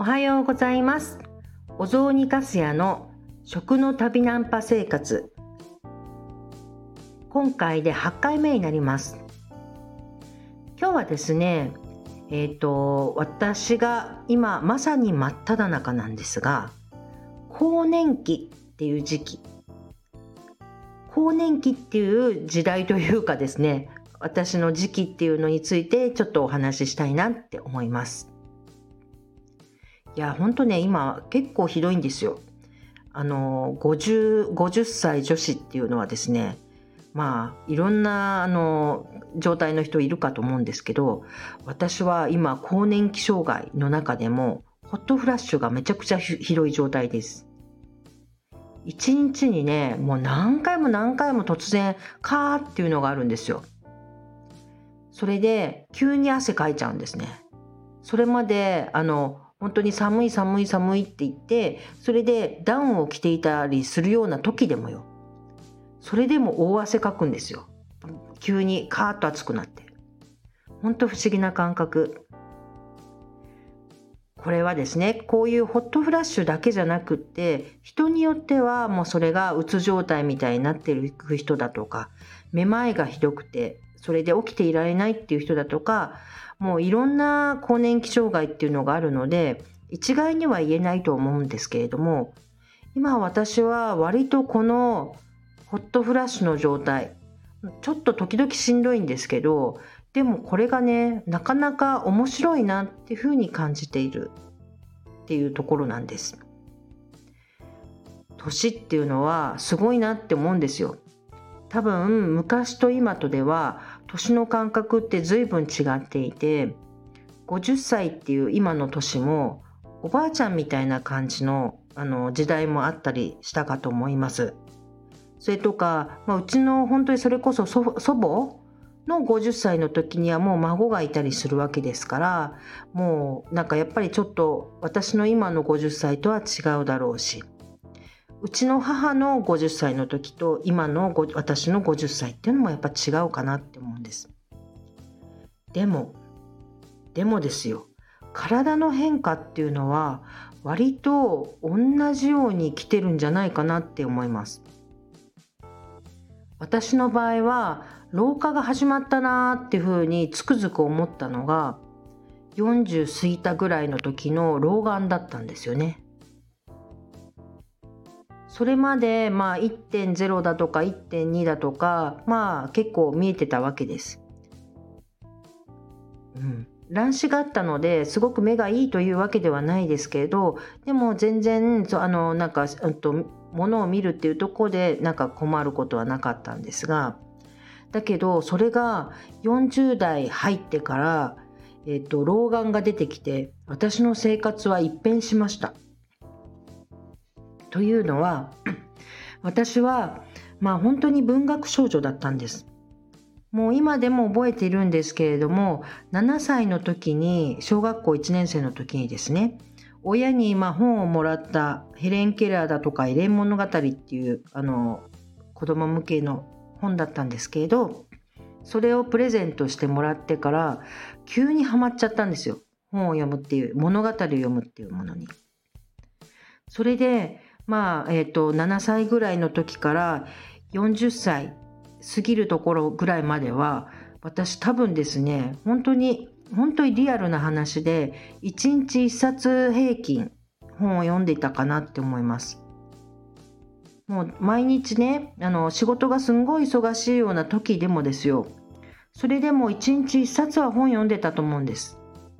おはようございます。お雑煮かすやの食の旅ナンパ生活。今回で8回目になります。今日はですね、私が今まさに真っ只中なんですが、更年期っていう時期。更年期っていう時代というかですね、私の時期っていうのについてちょっとお話ししたいなって思います。いや、ほんとね、今結構ひどいんですよ。50歳女子っていうのはですね、いろんな状態の人いるかと思うんですけど、私は今更年期障害の中でもホットフラッシュがめちゃくちゃひどい状態です。一日にね、もう何回も突然カーっていうのがあるんですよ。それで急に汗かいちゃうんですね。それまで本当に寒いって言って、それでダウンを着ていたりするような時でもよ。それでも大汗かくんですよ。急にカーッと暑くなって。本当不思議な感覚。これはですね、こういうホットフラッシュだけじゃなくって、人によってはもうそれがうつ状態みたいになっている人だとか、めまいがひどくて、それで起きていられないっていう人だとか、もういろんな更年期障害っていうのがあるので、一概には言えないと思うんですけれども、今私は割とこのホットフラッシュの状態、ちょっと時々しんどいんですけど、でもこれがね、なかなか面白いなっていうふうに感じているっていうところなんです。年っていうのはすごいなって思うんですよ。多分昔と今とでは年の感覚って随分違っていて、50歳っていう今の年もおばあちゃんみたいな感じの時代もあったりしたかと思います。それとか、うちの本当にそれこそ祖母の50歳の時にはもう孫がいたりするわけですから、もうなんかやっぱりちょっと私の今の50歳とは違うだろうし、うちの母の50歳の時と今の私の50歳っていうのもやっぱ違うかなって思うんです。でもですよ、体の変化っていうのは割と同じように来てるんじゃないかなって思います。私の場合は老化が始まったなーっていうふうにつくづく思ったのが40過ぎたぐらいの時の老眼だったんですよね。それまで1.0 だとか 1.2 だとか結構見えてたわけです。乱視があったのですごく目がいいというわけではないですけれど、でも全然物を見るっていうところで困ることはなかったんですが、だけどそれが40代入ってから、老眼が出てきて私の生活は一変しました。というのは私は本当に文学少女だったんです。もう今でも覚えているんですけれども、7歳の時に小学校1年生の時にですね、親に本をもらったヘレン・ケラーだとかエレン物語っていう子供向けの本だったんですけれど、それをプレゼントしてもらってから急にハマっちゃったんですよ。本を読むっていう物語を読むっていうものに。それで7歳ぐらいの時から40歳過ぎるところぐらいまでは、私多分ですね、本当にリアルな話で1日1冊平均本を読んでいたかなって思います。もう毎日ね、仕事がすんごい忙しいような時でもですよ、それでも1日1冊は本読んでたと思うんです。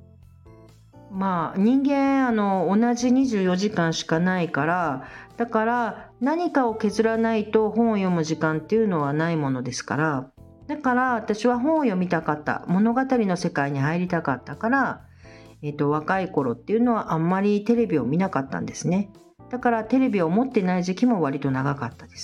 人間同じ24時間しかないから、だから何かを削らないと本を読む時間っていうのはないものですから、だから私は本を読みたかった、物語の世界に入りたかったから、若い頃っていうのはあんまりテレビを見なかったんですね。だからテレビを持ってない時期も割と長かったです。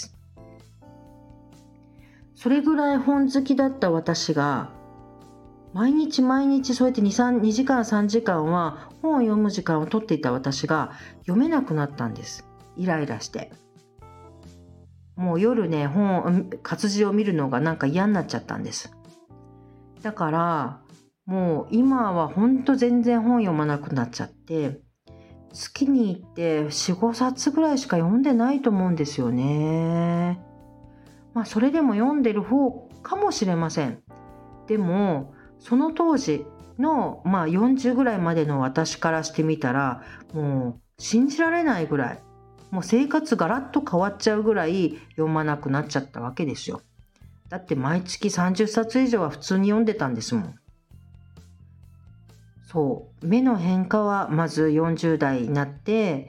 それぐらい本好きだった私が毎日そうやって2時間3時間は本を読む時間を取っていた私が読めなくなったんです。イライラして。もう夜ね、活字を見るのが嫌になっちゃったんです。だからもう今はほんと全然本読まなくなっちゃって、 月に行って4、5冊ぐらいしか読んでないと思うんですよね。それでも読んでる方かもしれません。でもその当時の、40ぐらいまでの私からしてみたら、もう信じられないぐらい、もう生活ガラッと変わっちゃうぐらい読まなくなっちゃったわけですよ。だって毎月30冊以上は普通に読んでたんですもん。そう目の変化はまず40代になって、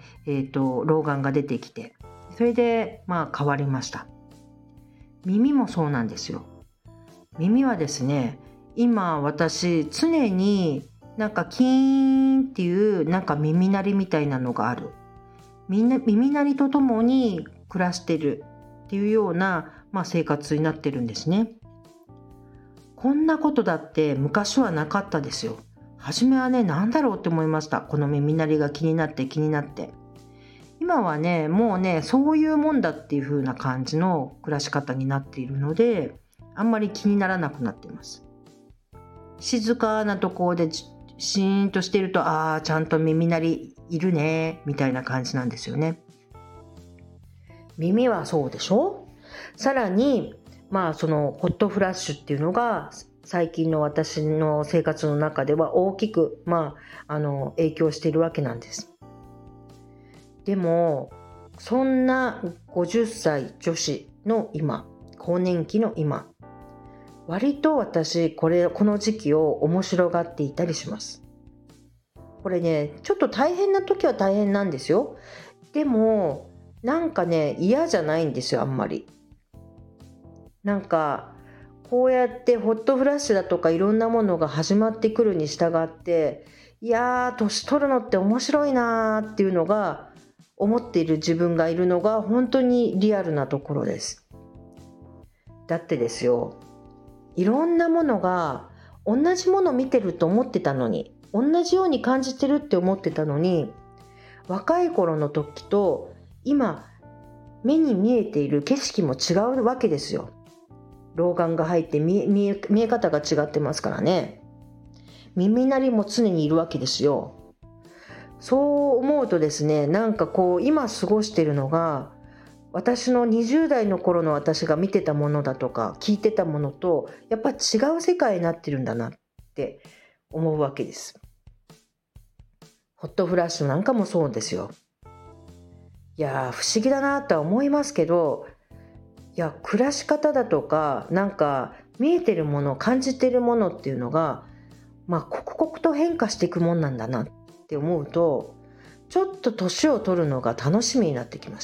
老眼が出てきて、それで変わりました。耳もそうなんですよ。耳はですね、今私常にキーンっていう耳鳴りみたいなのがある。耳鳴りとともに暮らしてるっていうような、生活になってるんですね。こんなことだって昔はなかったですよ。初めはね、なんだろうって思いました。この耳鳴りが気になって。今はね、もうね、そういうもんだっていう風な感じの暮らし方になっているので、あんまり気にならなくなっています。静かなところでシーンとしてると、ちゃんと耳鳴りいるねみたいな感じなんですよね。耳はそうでしょ。さらにそのホットフラッシュっていうのが最近の私の生活の中では大きく影響しているわけなんです。でもそんな50歳女子の今、更年期の今、割と私この時期を面白がっていたりします。これね、ちょっと大変な時は大変なんですよ。でも嫌じゃないんですよ、あんまり。こうやってホットフラッシュだとかいろんなものが始まってくるに従って、年取るのって面白いなっていうのが思っている自分がいるのが本当にリアルなところです。だってですよ、いろんなものが同じもの見てると思ってたのに、同じように感じてるって思ってたのに、若い頃の時と今目に見えている景色も違うわけですよ。老眼が入って見え方が違ってますからね。耳鳴りも常にいるわけですよ。そう思うとですね、今過ごしているのが私の20代の頃の私が見てたものだとか聞いてたものとやっぱ違う世界になってるんだなって思うわけです。ホットフラッシュなんかもそうですよ。不思議だなとは思いますけど、暮らし方だとか見えてるもの、感じてるものっていうのが刻々と変化していくもんなんだなって思うと、ちょっと年を取るのが楽しみになってきました。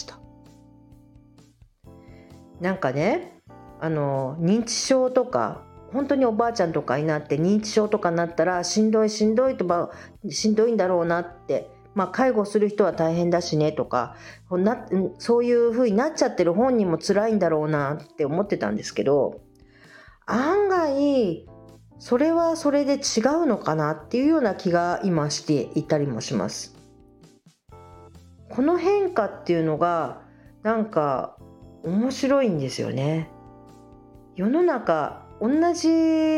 認知症とか、本当におばあちゃんとかになって認知症とかになったらしんどいしんどいんだろうなって、介護する人は大変だしねとか、そういう風になっちゃってる本人も辛いんだろうなって思ってたんですけど、案外それはそれで違うのかなっていうような気が今していたりもします。この変化っていうのが面白いんですよね。世の中同じ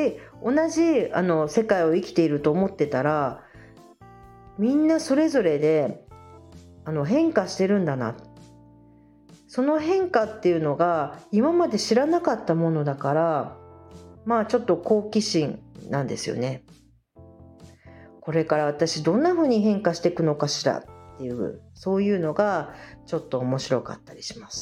世界を生きていると思ってたら、みんなそれぞれで変化してるんだな。その変化っていうのが今まで知らなかったものだから、ちょっと好奇心なんですよね。これから私どんな風に変化していくのかしらっていう、そういうのがちょっと面白かったりします。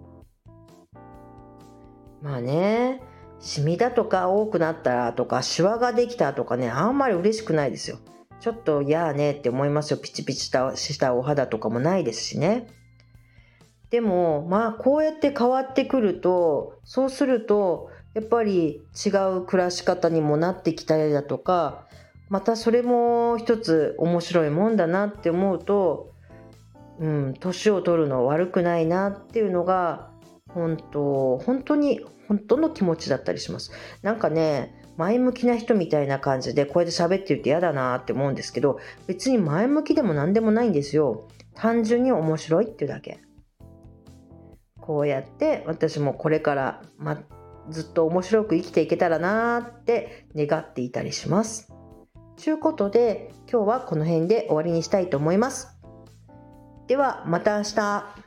シミだとか多くなったとかシワができたとかね、あんまり嬉しくないですよ。ちょっとって思いますよ。ピチピチしたお肌とかもないですしね。でもこうやって変わってくると、そうするとやっぱり違う暮らし方にもなってきたりだとか、またそれも一つ面白いもんだなって思うと、年を取るの悪くないなっていうのが本当の気持ちだったりします。前向きな人みたいな感じでこうやって喋ってると嫌だなって思うんですけど、別に前向きでも何でもないんですよ。単純に面白いっていうだけ。こうやって私もこれから、ずっと面白く生きていけたらなって願っていたりします。ということで今日はこの辺で終わりにしたいと思います。 ではまた明日。